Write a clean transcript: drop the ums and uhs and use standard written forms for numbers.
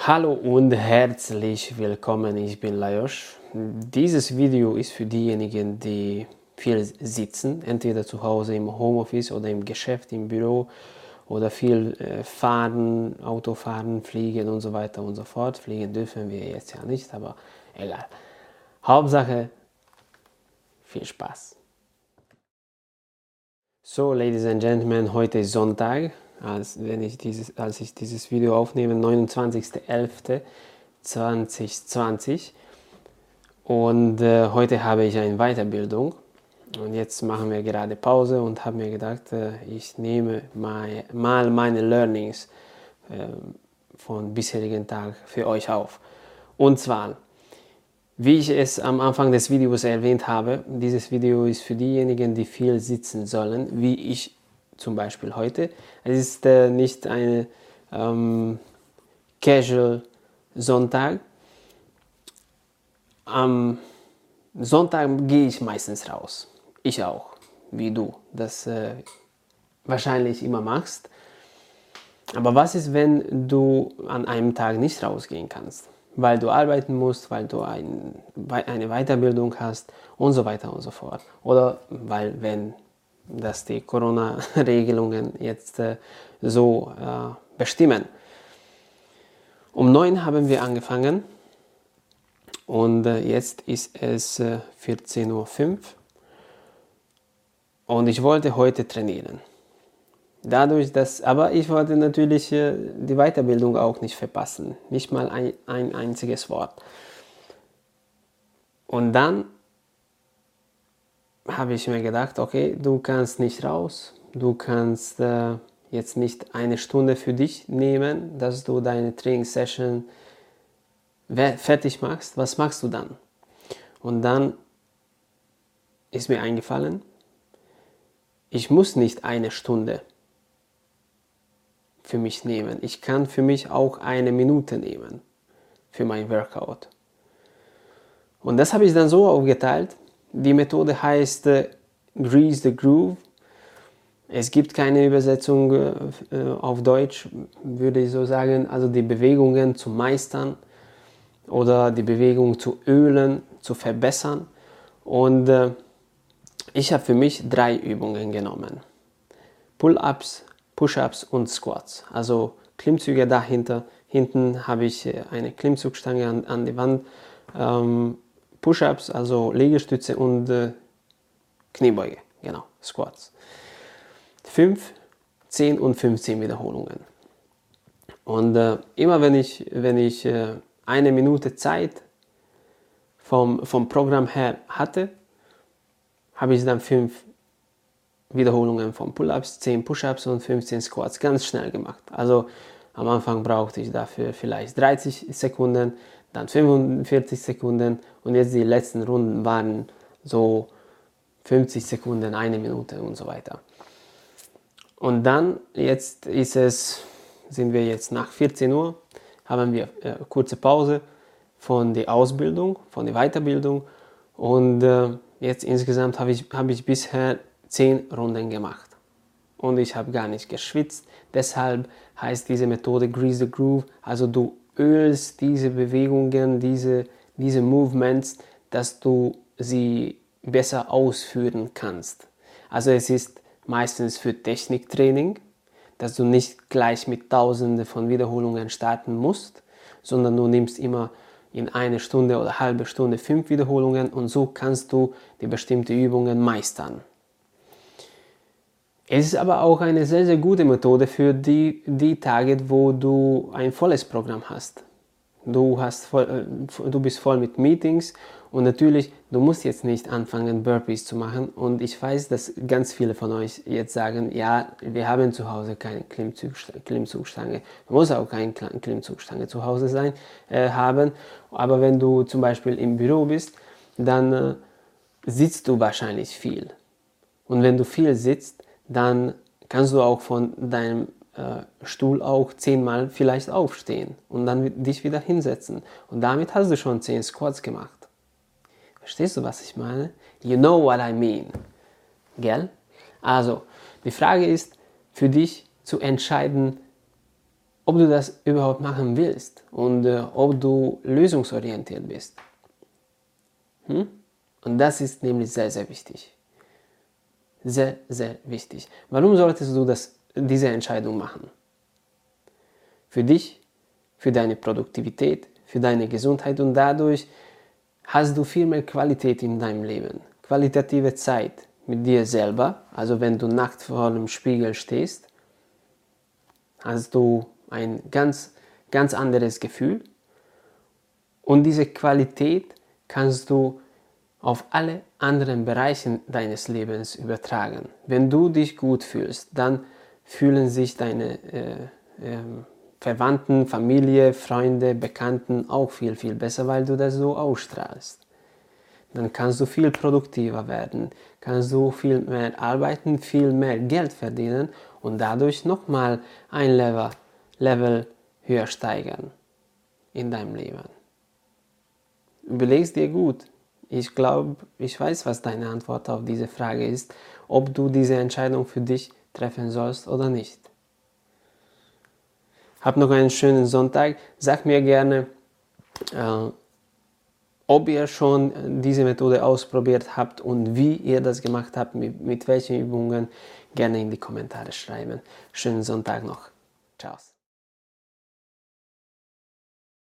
Hallo und herzlich willkommen, ich bin Lajos. Dieses Video ist für diejenigen, die viel sitzen, entweder zu Hause im Homeoffice oder im Geschäft, im Büro oder viel fahren, Auto fahren, fliegen und so weiter und so fort. Fliegen dürfen wir jetzt ja nicht, aber egal. Hauptsache, viel Spaß. So, Ladies and Gentlemen, heute ist Sonntag, als ich dieses Video aufnehme, 29.11.2020 und heute habe ich eine Weiterbildung und jetzt machen wir gerade Pause und habe mir gedacht, ich nehme mal meine Learnings von bisherigen Tag für euch auf. Und zwar, wie ich es am Anfang des Videos erwähnt habe, dieses Video ist für diejenigen, die viel sitzen sollen, wie ich zum Beispiel heute. Es ist nicht ein Casual Sonntag. Am Sonntag gehe ich meistens raus. Ich auch, wie du das wahrscheinlich immer machst. Aber was ist, wenn du an einem Tag nicht rausgehen kannst? Weil du arbeiten musst, weil du eine Weiterbildung hast und so weiter und so fort. Oder weil, wenn das die Corona-Regelungen jetzt so bestimmen. Um 9 haben wir angefangen und jetzt ist es 14:05 Uhr und ich wollte heute trainieren. Aber ich wollte natürlich die Weiterbildung auch nicht verpassen, nicht mal ein einziges Wort. Und dann habe ich mir gedacht, okay, du kannst nicht raus, du kannst jetzt nicht eine Stunde für dich nehmen, dass du deine Trainingssession fertig machst. Was machst du dann? Und dann ist mir eingefallen, ich muss nicht eine Stunde für mich nehmen. Ich kann für mich auch eine Minute nehmen für mein Workout. Und das habe ich dann so aufgeteilt. Die Methode heißt Grease the Groove. Es gibt keine Übersetzung auf Deutsch, würde ich so sagen. Also die Bewegungen zu meistern oder die Bewegung zu ölen, zu verbessern. Und ich habe für mich 3 Übungen genommen. Pull-ups, Push-ups und Squats. Also Klimmzüge dahinter. Hinten habe ich eine Klimmzugstange an die Wand. Push-ups, also Liegestütze und Kniebeuge. Genau, Squats. 5, 10 und 15 Wiederholungen. Und immer wenn ich eine Minute Zeit vom Programm her hatte, habe ich dann 5 Wiederholungen von Pull-ups, 10 Push-ups und 15 Squats ganz schnell gemacht. Also am Anfang brauchte ich dafür vielleicht 30 Sekunden, dann 45 Sekunden und jetzt die letzten Runden waren so 50 Sekunden, 1 Minute und so weiter. Und dann sind wir jetzt nach 14 Uhr, haben wir kurze Pause von der Ausbildung, von der Weiterbildung und jetzt insgesamt habe ich bisher 10 Runden gemacht und ich habe gar nicht geschwitzt. Deshalb heißt diese Methode Grease the Groove, also du ölst diese Bewegungen, diese Movements, dass du sie besser ausführen kannst. Also es ist meistens für Techniktraining, dass du nicht gleich mit Tausenden von Wiederholungen starten musst, sondern du nimmst immer in eine Stunde oder halbe Stunde 5 Wiederholungen und so kannst du die bestimmten Übungen meistern. Es ist aber auch eine sehr, sehr gute Methode für die Tage, wo du ein volles Programm hast. Du bist voll mit Meetings und natürlich, du musst jetzt nicht anfangen, Burpees zu machen. Und ich weiß, dass ganz viele von euch jetzt sagen, ja, wir haben zu Hause keine Klimmzugstange. Du musst auch keine Klimmzugstange zu Hause haben. Aber wenn du zum Beispiel im Büro bist, dann sitzt du wahrscheinlich viel. Und wenn du viel sitzt, dann kannst du auch von deinem Stuhl auch 10-mal vielleicht aufstehen und dann dich wieder hinsetzen. Und damit hast du schon 10 Squats gemacht. Verstehst du, was ich meine? You know what I mean. Gell? Also, die Frage ist für dich zu entscheiden, ob du das überhaupt machen willst und ob du lösungsorientiert bist. Und das ist nämlich sehr, sehr wichtig. Sehr, sehr wichtig. Warum solltest du diese Entscheidung machen? Für dich, für deine Produktivität, für deine Gesundheit und dadurch hast du viel mehr Qualität in deinem Leben. Qualitative Zeit mit dir selber, also wenn du nackt vor dem Spiegel stehst, hast du ein ganz, ganz anderes Gefühl und diese Qualität kannst du auf alle anderen Bereiche deines Lebens übertragen. Wenn du dich gut fühlst, dann fühlen sich deine Verwandten, Familie, Freunde, Bekannten auch viel, viel besser, weil du das so ausstrahlst. Dann kannst du viel produktiver werden, kannst du viel mehr arbeiten, viel mehr Geld verdienen und dadurch nochmal ein Level höher steigern in deinem Leben. Überleg's dir gut. Ich glaube, ich weiß, was deine Antwort auf diese Frage ist, ob du diese Entscheidung für dich treffen sollst oder nicht. Hab noch einen schönen Sonntag. Sag mir gerne, ob ihr schon diese Methode ausprobiert habt und wie ihr das gemacht habt, mit welchen Übungen, gerne in die Kommentare schreiben. Schönen Sonntag noch. Ciao.